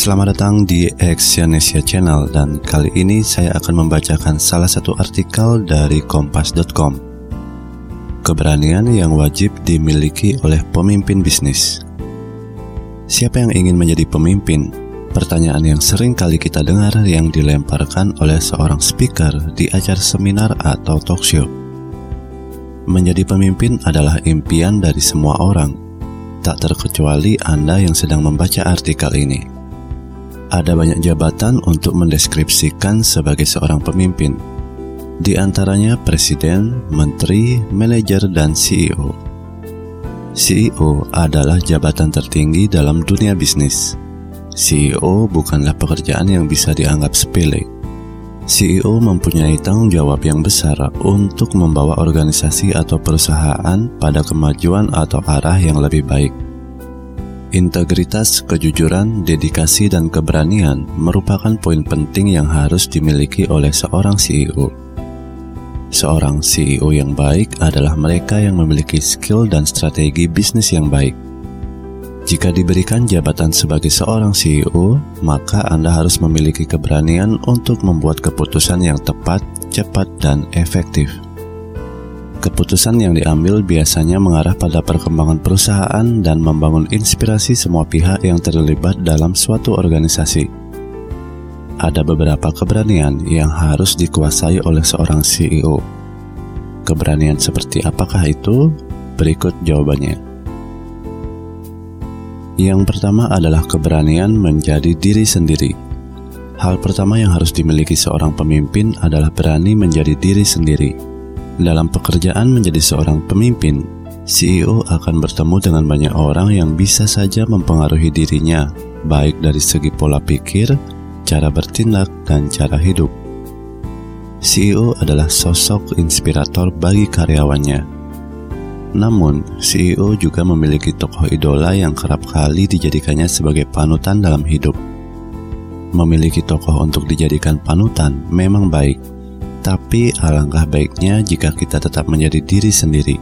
Selamat datang di Exyonesia Channel, dan kali ini saya akan membacakan salah satu artikel dari kompas.com. Keberanian yang wajib dimiliki oleh pemimpin bisnis. Siapa yang ingin menjadi pemimpin? Pertanyaan yang sering kali kita dengar yang dilemparkan oleh seorang speaker di acara seminar atau talk show. Menjadi pemimpin adalah impian dari semua orang, tak terkecuali Anda yang sedang membaca artikel ini. Ada banyak jabatan untuk mendeskripsikan sebagai seorang pemimpin. Di antaranya presiden, menteri, manajer, dan CEO. CEO adalah jabatan tertinggi dalam dunia bisnis. CEO bukanlah pekerjaan yang bisa dianggap sepele. CEO mempunyai tanggung jawab yang besar untuk membawa organisasi atau perusahaan pada kemajuan atau arah yang lebih baik. Integritas, kejujuran, dedikasi, dan keberanian merupakan poin penting yang harus dimiliki oleh seorang CEO. Seorang CEO yang baik adalah mereka yang memiliki skill dan strategi bisnis yang baik. Jika diberikan jabatan sebagai seorang CEO, maka Anda harus memiliki keberanian untuk membuat keputusan yang tepat, cepat, dan efektif. Keputusan yang diambil biasanya mengarah pada perkembangan perusahaan dan membangun inspirasi semua pihak yang terlibat dalam suatu organisasi. Ada beberapa keberanian yang harus dikuasai oleh seorang CEO. Keberanian seperti apakah itu? Berikut jawabannya. Yang pertama adalah keberanian menjadi diri sendiri. Hal pertama yang harus dimiliki seorang pemimpin adalah berani menjadi diri sendiri. Dalam pekerjaan menjadi seorang pemimpin, CEO akan bertemu dengan banyak orang yang bisa saja mempengaruhi dirinya, baik dari segi pola pikir, cara bertindak, dan cara hidup. CEO adalah sosok inspirator bagi karyawannya. Namun, CEO juga memiliki tokoh idola yang kerap kali dijadikannya sebagai panutan dalam hidup. Memiliki tokoh untuk dijadikan panutan memang baik, tapi alangkah baiknya jika kita tetap menjadi diri sendiri.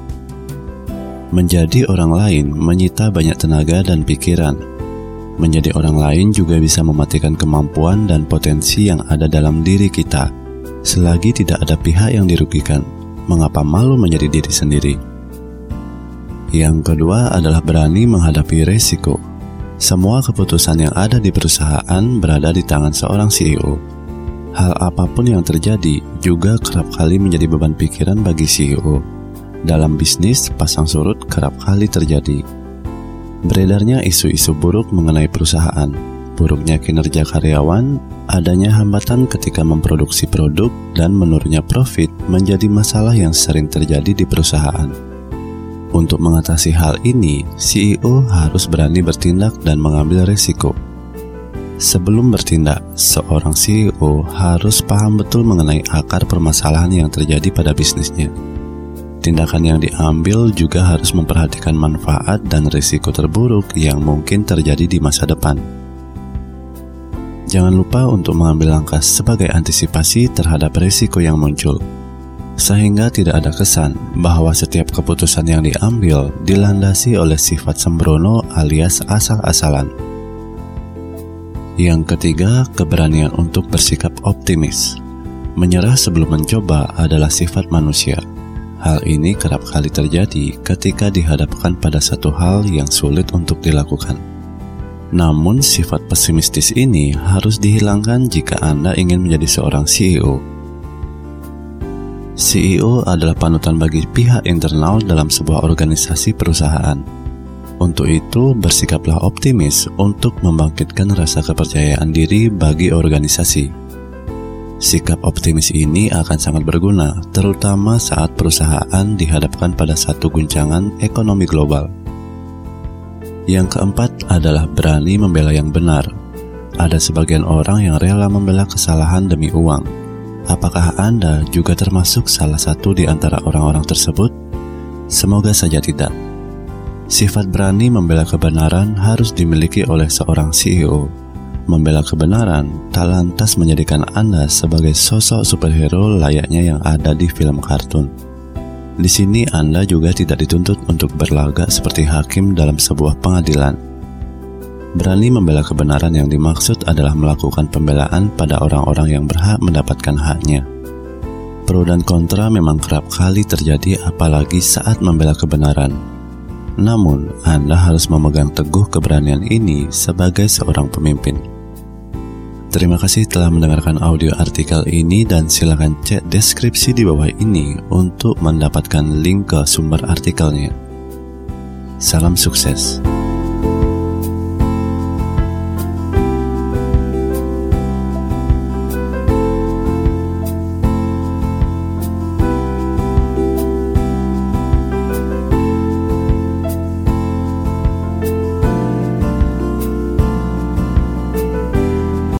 Menjadi orang lain menyita banyak tenaga dan pikiran. Menjadi orang lain juga bisa mematikan kemampuan dan potensi yang ada dalam diri kita. Selagi tidak ada pihak yang dirugikan, mengapa malu menjadi diri sendiri? Yang kedua adalah berani menghadapi resiko. Semua keputusan yang ada di perusahaan berada di tangan seorang CEO. Hal apapun yang terjadi juga kerap kali menjadi beban pikiran bagi CEO. Dalam bisnis, pasang surut kerap kali terjadi. Beredarnya isu-isu buruk mengenai perusahaan, buruknya kinerja karyawan, adanya hambatan ketika memproduksi produk, dan menurunnya profit menjadi masalah yang sering terjadi di perusahaan. Untuk mengatasi hal ini, CEO harus berani bertindak dan mengambil resiko. Sebelum bertindak, seorang CEO harus paham betul mengenai akar permasalahan yang terjadi pada bisnisnya. Tindakan yang diambil juga harus memperhatikan manfaat dan risiko terburuk yang mungkin terjadi di masa depan. Jangan lupa untuk mengambil langkah sebagai antisipasi terhadap risiko yang muncul, sehingga tidak ada kesan bahwa setiap keputusan yang diambil dilandasi oleh sifat sembrono alias asal-asalan. Yang ketiga, keberanian untuk bersikap optimis. Menyerah sebelum mencoba adalah sifat manusia. Hal ini kerap kali terjadi ketika dihadapkan pada satu hal yang sulit untuk dilakukan. Namun, sifat pesimistis ini harus dihilangkan jika Anda ingin menjadi seorang CEO. CEO adalah panutan bagi pihak internal dalam sebuah organisasi perusahaan. Untuk itu, bersikaplah optimis untuk membangkitkan rasa kepercayaan diri bagi organisasi. Sikap optimis ini akan sangat berguna, terutama saat perusahaan dihadapkan pada satu guncangan ekonomi global. Yang keempat adalah berani membela yang benar. Ada sebagian orang yang rela membela kesalahan demi uang. Apakah Anda juga termasuk salah satu di antara orang-orang tersebut? Semoga saja tidak. Sifat berani membela kebenaran harus dimiliki oleh seorang CEO. Membela kebenaran tak lantas menjadikan Anda sebagai sosok superhero layaknya yang ada di film kartun. Di sini Anda juga tidak dituntut untuk berlagak seperti hakim dalam sebuah pengadilan. Berani membela kebenaran yang dimaksud adalah melakukan pembelaan pada orang-orang yang berhak mendapatkan haknya. Pro dan kontra memang kerap kali terjadi apalagi saat membela kebenaran. Namun, Anda harus memegang teguh keberanian ini sebagai seorang pemimpin. Terima kasih telah mendengarkan audio artikel ini dan silakan cek deskripsi di bawah ini untuk mendapatkan link ke sumber artikelnya. Salam sukses.